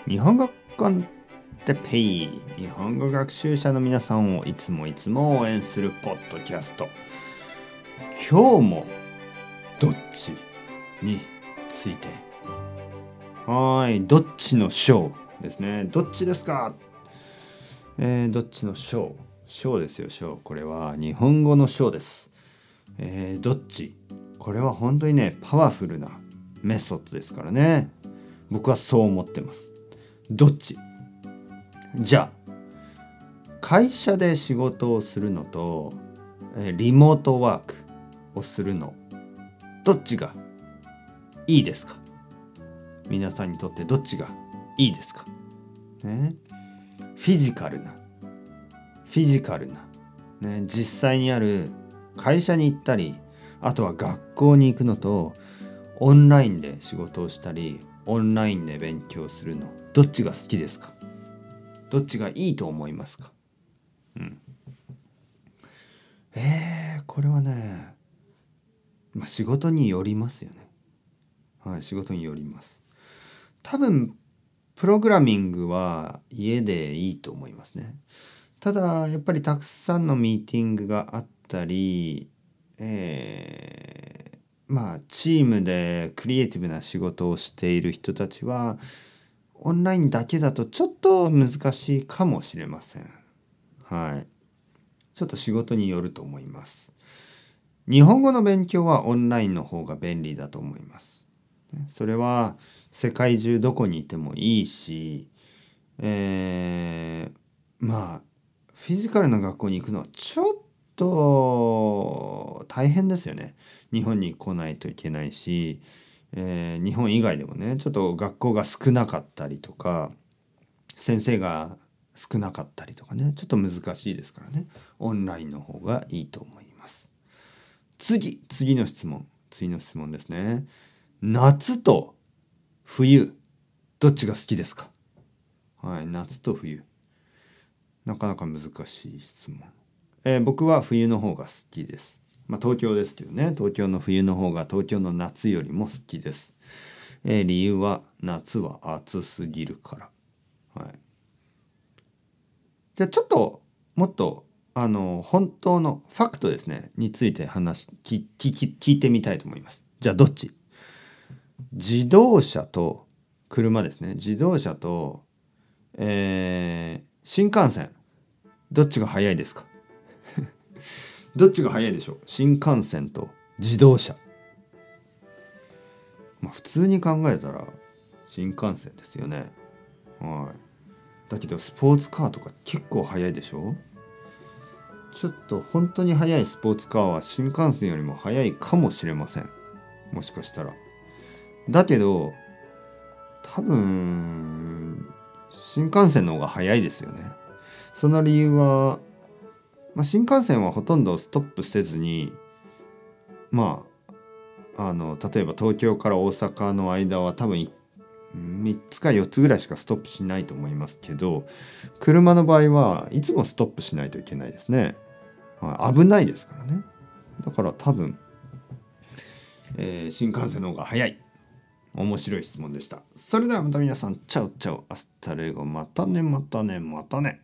日本語コンテペイ、日本語学習者の皆さんをいつも応援するポッドキャスト。今日もどっちについて、どっちの章ですね。どっちですか？どっちの章ですよ。章、これは日本語の章です。どっち、これは本当にね、パワフルなメソッドですからね。僕はそう思ってます。どっち？じゃあ会社で仕事をするのとリモートワークをするの、どっちがいいですか？皆さんにとってどっちがいいですか？ね、フィジカルな、ね、実際にある会社に行ったり、あとは学校に行くのと、オンラインで仕事をしたり、オンラインで勉強するの、どっちが好きですか？どっちがいいと思いますか？これはね、仕事によりますよね。はい、仕事によります。多分プログラミングは家でいいと思いますね。ただやっぱりたくさんのミーティングがあったり、チームでクリエイティブな仕事をしている人たちはオンラインだけだとちょっと難しいかもしれません。はい。ちょっと仕事によると思います。日本語の勉強はオンラインの方が便利だと思います。それは世界中どこにいてもいいし、フィジカルな学校に行くのはちょっと大変ですよね。日本に来ないといけないし、日本以外でもね、ちょっと学校が少なかったりとか、先生が少なかったりとかね、ちょっと難しいですからね、オンラインの方がいいと思います。次の質問ですね。夏と冬、どっちが好きですか？はい、夏と冬、なかなか難しい質問。僕は冬の方が好きです。東京ですけどね、東京の冬の方が東京の夏よりも好きです。理由は夏は暑すぎるから。はい。じゃあちょっともっと本当のファクトですねについて聞いてみたいと思います。じゃあどっち？自動車と車ですね。自動車と、新幹線、どっちが速いですか？どっちが速いでしょう？新幹線と自動車。普通に考えたら新幹線ですよね。はい。だけどスポーツカーとか結構速いでしょ？ちょっと本当に速いスポーツカーは新幹線よりも速いかもしれません。もしかしたら。だけど多分新幹線の方が速いですよね。その理由は、新幹線はほとんどストップせずに、例えば東京から大阪の間は多分3つか4つぐらいしかストップしないと思いますけど、車の場合はいつもストップしないといけないですね。危ないですからね。だから多分、新幹線の方が早い。面白い質問でした。それではまた皆さん、チャオチャオ、アスタレゴ、またね。